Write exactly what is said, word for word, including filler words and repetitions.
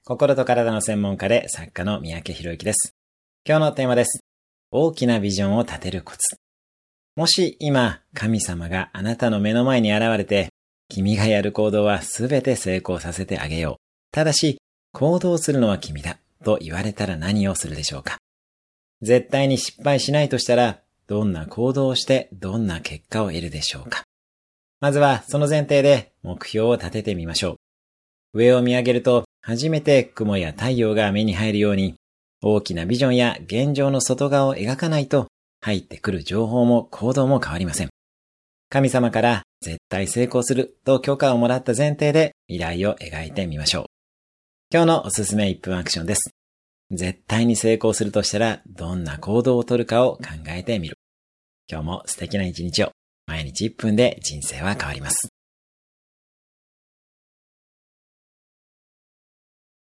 心と体の専門家で作家の三宅宏之です。今日のテーマです。大きなビジョンを立てるコツ。もし今、神様があなたの目の前に現れて、君がやる行動はすべて成功させてあげよう。ただし、行動するのは君だ。と言われたら何をするでしょうか。絶対に失敗しないとしたら、どんな行動をしてどんな結果を得るでしょうか。まずはその前提で目標を立ててみましょう。上を見上げると初めて雲や太陽が目に入るように、大きなビジョンや現状の外側を描かないと入ってくる情報も行動も変わりません。神様から絶対成功すると許可をもらった前提で未来を描いてみましょう。今日のおすすめいっぷんアクションです。絶対に成功するとしたらどんな行動をとるかを考えてみる。今日も素敵な一日を。毎日いっぷんで人生は変わります。